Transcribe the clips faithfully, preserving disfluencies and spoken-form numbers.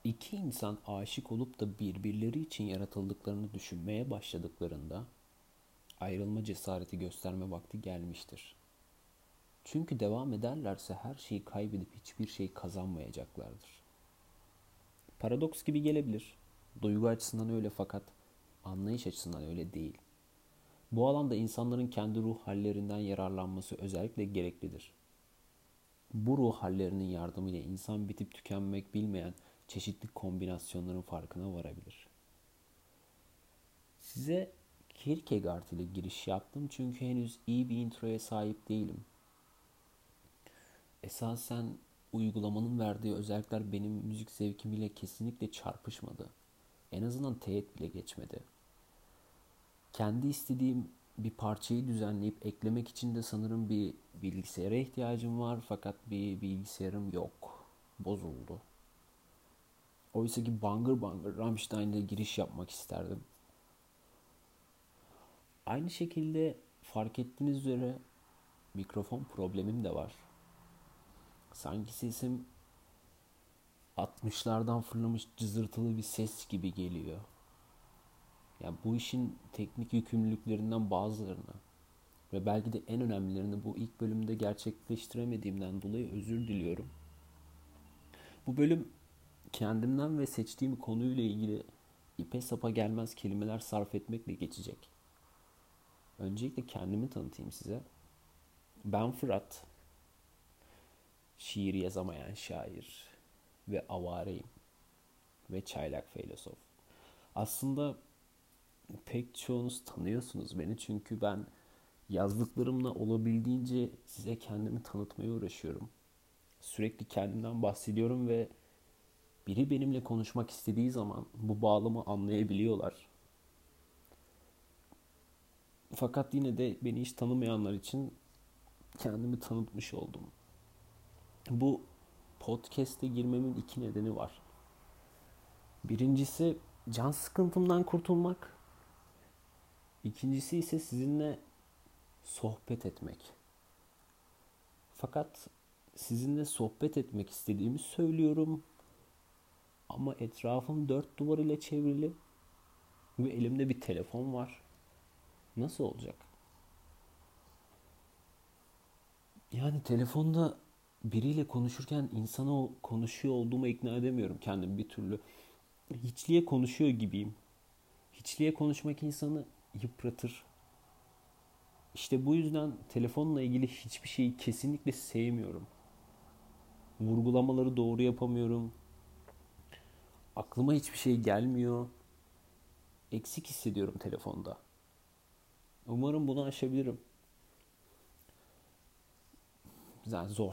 İki insan aşık olup da birbirleri için yaratıldıklarını düşünmeye başladıklarında ayrılma cesareti gösterme vakti gelmiştir. Çünkü devam ederlerse her şeyi kaybedip hiçbir şey kazanmayacaklardır. Paradoks gibi gelebilir. Duygu açısından öyle fakat anlayış açısından öyle değil. Bu alanda insanların kendi ruh hallerinden yararlanması özellikle gereklidir. Bu ruh hallerinin yardımıyla insan bitip tükenmek bilmeyen çeşitli kombinasyonların farkına varabilir. Size Kierkegaard ile giriş yaptım çünkü henüz iyi bir introya sahip değilim. Esasen uygulamanın verdiği özellikler benim müzik zevkimiyle kesinlikle çarpışmadı. En azından teğet bile geçmedi. Kendi istediğim bir parçayı düzenleyip eklemek için de sanırım bir bilgisayara ihtiyacım var fakat bir bilgisayarım yok. Bozuldu. Oysa ki bangır bangır Rammstein ile giriş yapmak isterdim. Aynı şekilde fark ettiğiniz üzere mikrofon problemim de var. Sanki sesim altmışlardan fırlamış cızırtılı bir ses gibi geliyor. Ya bu işin teknik yükümlülüklerinden bazılarını ve belki de en önemlilerini bu ilk bölümde gerçekleştiremediğimden dolayı özür diliyorum. Bu bölüm kendimden ve seçtiğim konuyla ilgili ipe sapa gelmez kelimeler sarf etmekle geçecek. Öncelikle kendimi tanıtayım size. Ben Fırat, şiir yazamayan şair ve avareyim ve çaylak filozof. Aslında pek çoğunuz tanıyorsunuz beni çünkü ben yazdıklarımla olabildiğince size kendimi tanıtmaya uğraşıyorum. Sürekli kendimden bahsediyorum ve biri benimle konuşmak istediği zaman bu bağlamı anlayabiliyorlar. Fakat yine de beni hiç tanımayanlar için kendimi tanıtmış oldum. Bu podcast'e girmemin iki nedeni var. Birincisi can sıkıntımdan kurtulmak. İkincisi ise sizinle sohbet etmek. Fakat sizinle sohbet etmek istediğimi söylüyorum. Ama etrafım dört duvar ile çevrili ve elimde bir telefon var. Nasıl olacak? Yani telefonda biriyle konuşurken insana o konuşuyor olduğumu ikna edemiyorum kendimi bir türlü. Hiçliğe konuşuyor gibiyim. Hiçliğe konuşmak insanı yıpratır. İşte bu yüzden telefonla ilgili hiçbir şeyi kesinlikle sevmiyorum. Vurgulamaları doğru yapamıyorum. Aklıma hiçbir şey gelmiyor. Eksik hissediyorum telefonda. Umarım bunu aşabilirim. Yani zor.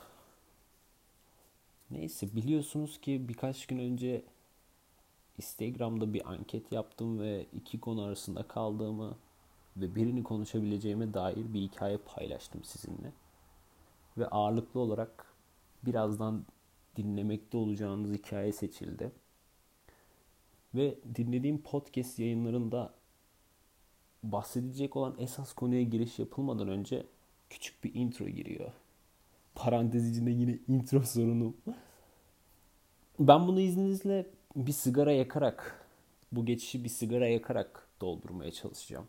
Neyse biliyorsunuz ki birkaç gün önce Instagram'da bir anket yaptım ve iki konu arasında kaldığımı ve birini konuşabileceğime dair bir hikaye paylaştım sizinle. Ve ağırlıklı olarak birazdan dinlemekte olacağınız hikaye seçildi. Ve dinlediğim podcast yayınlarında bahsedecek olan esas konuya giriş yapılmadan önce küçük bir intro giriyor. Parantez içinde yine intro sorunum. Ben bunu izninizle bir sigara yakarak, bu geçişi bir sigara yakarak doldurmaya çalışacağım.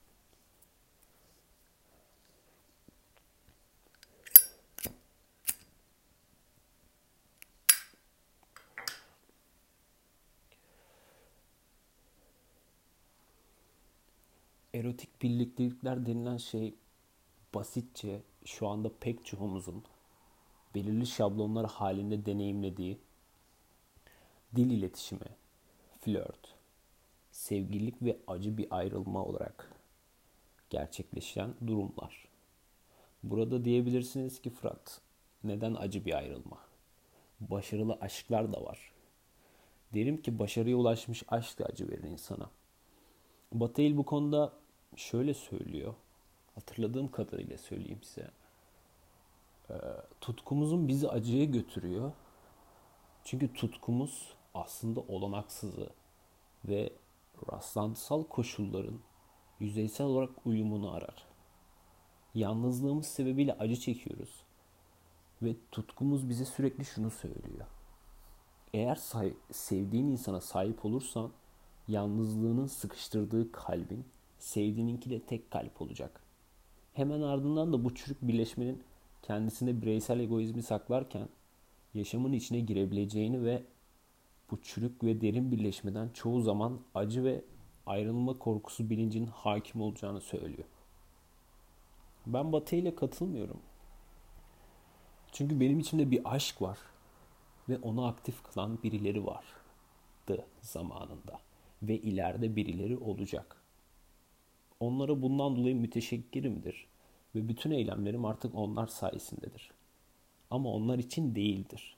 Erotik birliktelikler denilen şey basitçe şu anda pek çoğumuzun belirli şablonlar halinde deneyimlediği dil iletişimi, flört, sevgililik ve acı bir ayrılma olarak gerçekleşen durumlar. Burada diyebilirsiniz ki Fırat, neden acı bir ayrılma? Başarılı aşklar da var. Derim ki başarıya ulaşmış aşk da acı verir insana. Bataille bu konuda şöyle söylüyor. Hatırladığım kadarıyla söyleyeyim size. Ee, tutkumuzun bizi acıya götürüyor. Çünkü tutkumuz aslında olanaksızı ve rastlantısal koşulların yüzeysel olarak uyumunu arar. Yalnızlığımız sebebiyle acı çekiyoruz. Ve tutkumuz bize sürekli şunu söylüyor. Eğer say- sevdiğin insana sahip olursan yalnızlığının sıkıştırdığı kalbin sevdiğininkiyle tek kalp olacak. Hemen ardından da bu çürük birleşmenin kendisinde bireysel egoizmi saklarken yaşamın içine girebileceğini ve bu çürük ve derin birleşmeden çoğu zaman acı ve ayrılma korkusu bilincinin hakim olacağını söylüyor. Ben Batı ile katılmıyorum. Çünkü benim içimde bir aşk var ve onu aktif kılan birileri vardı zamanında ve ileride birileri olacak. Onlara bundan dolayı müteşekkirimdir ve bütün eylemlerim artık onlar sayesindedir. Ama onlar için değildir.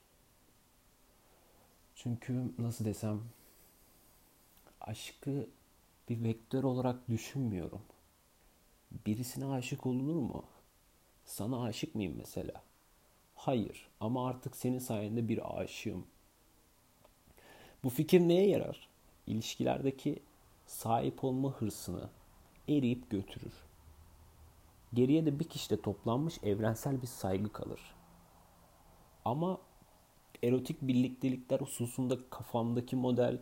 Çünkü nasıl desem, aşkı bir vektör olarak düşünmüyorum. Birisine aşık olunur mu? Sana aşık mıyım mesela? Hayır, ama artık senin sayende bir aşığım. Bu fikir neye yarar? İlişkilerdeki sahip olma hırsını eriyip götürür. Geriye de bir kişide toplanmış evrensel bir saygı kalır. Ama erotik birliktelikler hususunda kafamdaki model,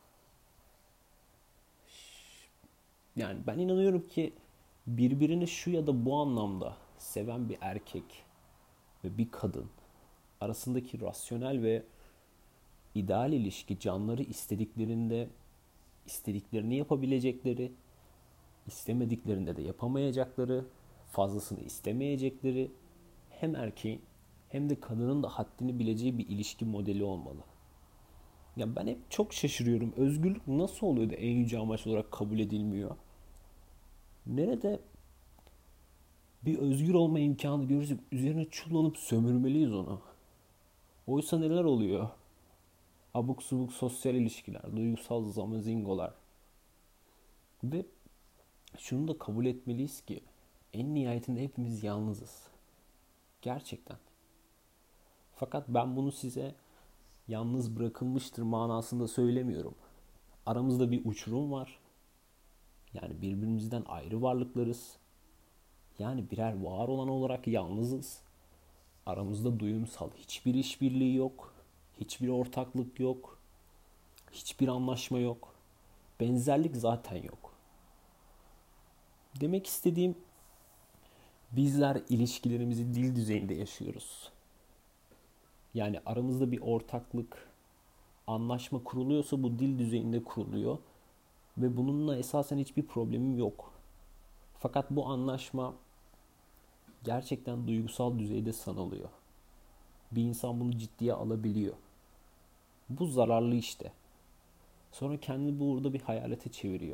yani ben inanıyorum ki birbirini şu ya da bu anlamda seven bir erkek ve bir kadın arasındaki rasyonel ve ideal ilişki canları istediklerinde istediklerini yapabilecekleri, istemediklerinde de yapamayacakları, fazlasını istemeyecekleri hem erkeğin hem de kadının da haddini bileceği bir ilişki modeli olmalı. Ya ben hep çok şaşırıyorum. Özgürlük nasıl oluyor da en yüce amaç olarak kabul edilmiyor? Nerede bir özgür olma imkanı görürsek üzerine çullanıp sömürmeliyiz onu. Oysa neler oluyor? Abuk subuk sosyal ilişkiler, duygusal zamazingolar. Ve şunu da kabul etmeliyiz ki en nihayetinde hepimiz yalnızız. Gerçekten. Fakat ben bunu size yalnız bırakılmıştır manasında söylemiyorum. Aramızda bir uçurum var. Yani birbirimizden ayrı varlıklarız. Yani birer var olan olarak yalnızız. Aramızda duyumsal hiçbir işbirliği yok. Hiçbir ortaklık yok. Hiçbir anlaşma yok. Benzerlik zaten yok. Demek istediğim, bizler ilişkilerimizi dil düzeyinde yaşıyoruz. Yani aramızda bir ortaklık, anlaşma kuruluyorsa bu dil düzeyinde kuruluyor. Ve bununla esasen hiçbir problemim yok. Fakat bu anlaşma gerçekten duygusal düzeyde sanılıyor. Bir insan bunu ciddiye alabiliyor. Bu zararlı işte. Sonra kendini burada bir hayalete çeviriyor.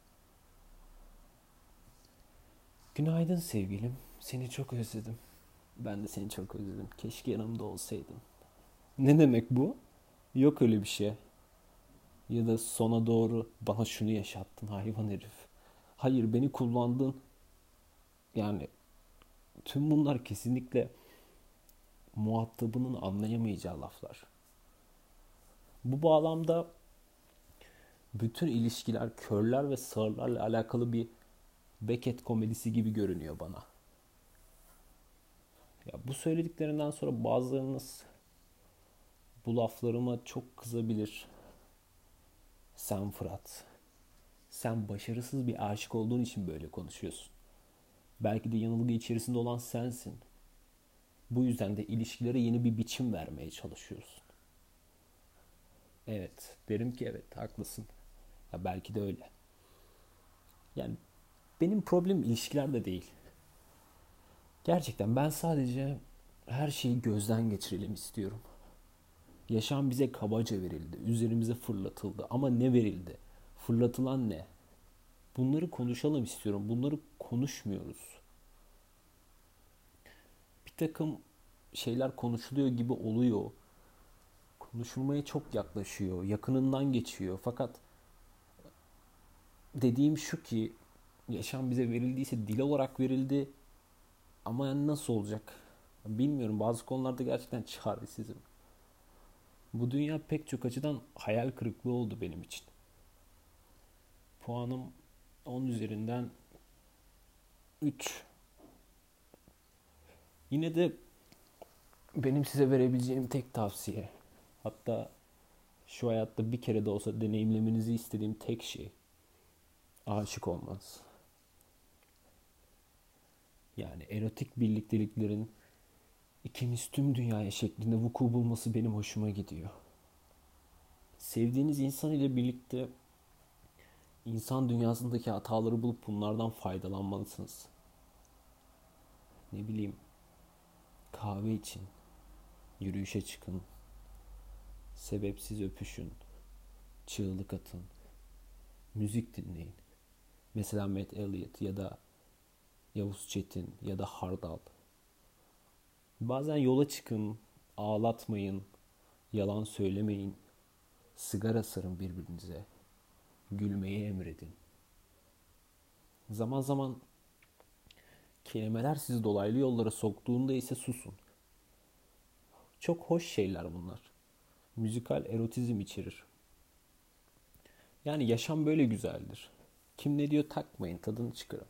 Günaydın sevgilim. Seni çok özledim. Ben de seni çok özledim. Keşke yanımda olsaydın. Ne demek bu? Yok öyle bir şey. Ya da sona doğru bana şunu yaşattın hayvan herif. Hayır, beni kullandın. Yani tüm bunlar kesinlikle muhatabının anlayamayacağı laflar. Bu bağlamda bütün ilişkiler körler ve sağırlarla alakalı bir Beckett komedisi gibi görünüyor bana. Ya bu söylediklerinden sonra bazılarınız bu laflarıma çok kızabilir. Sen Fırat, sen başarısız bir aşık olduğun için böyle konuşuyorsun. Belki de yanılgı içerisinde olan sensin. Bu yüzden de ilişkilere yeni bir biçim vermeye çalışıyorsun. Evet, derim ki evet, haklısın. Ya belki de öyle. Yani benim problemim ilişkilerde değil. Gerçekten ben sadece her şeyi gözden geçirelim istiyorum. Yaşam bize kabaca verildi, üzerimize fırlatıldı. Ama ne verildi? Fırlatılan ne? Bunları konuşalım istiyorum. Bunları konuşmuyoruz. Bir takım şeyler konuşuluyor gibi oluyor. Konuşulmaya çok yaklaşıyor, yakınından geçiyor. Fakat dediğim şu ki, yaşam bize verildiyse dil olarak verildi. Ama yani nasıl olacak? Bilmiyorum. Bazı konularda gerçekten çaresizim. Bu dünya pek çok açıdan hayal kırıklığı oldu benim için. Puanım on üzerinden üç. Yine de benim size verebileceğim tek tavsiye, hatta Şu hayatta bir kere de olsa deneyimlemenizi istediğim tek şey aşık olmanız. Yani erotik birlikteliklerin ikimiz tüm dünyaya şeklinde vuku bulması benim hoşuma gidiyor. Sevdiğiniz insan ile birlikte insan dünyasındaki hataları bulup bunlardan faydalanmalısınız. Ne bileyim, kahve için, yürüyüşe çıkın, sebepsiz öpüşün, çığlık atın, müzik dinleyin. Mesela Matt Elliott ya da Yavuz Çetin ya da Hardal. Bazen yola çıkın, ağlatmayın, yalan söylemeyin, sigara sarın birbirinize, gülmeyi emredin. Zaman zaman kelimeler sizi dolaylı yollara soktuğunda ise susun. Çok hoş şeyler bunlar. Müzikal erotizm içerir. Yani yaşam böyle güzeldir. Kim ne diyor takmayın, tadını çıkarın.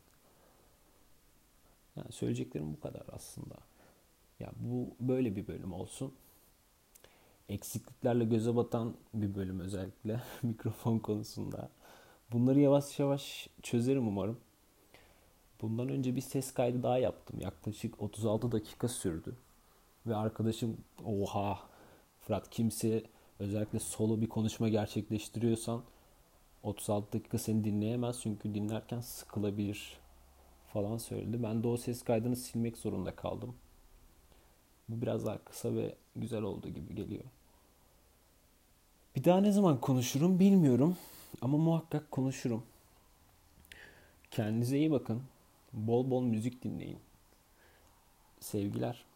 Yani söyleyeceklerim bu kadar aslında. Ya bu böyle bir bölüm olsun. Eksikliklerle göze batan bir bölüm özellikle mikrofon konusunda. Bunları yavaş yavaş çözerim umarım. Bundan önce bir ses kaydı daha yaptım. Yaklaşık otuz altı dakika sürdü. Ve arkadaşım oha Fırat, kimse özellikle solo bir konuşma gerçekleştiriyorsan otuz altı dakika seni dinleyemez çünkü dinlerken sıkılabilir falan söyledi. Ben de o ses kaydını silmek zorunda kaldım. Bu biraz daha kısa ve güzel olduğu gibi geliyor. Bir daha ne zaman konuşurum bilmiyorum ama muhakkak konuşurum. Kendinize iyi bakın. Bol bol müzik dinleyin. Sevgiler.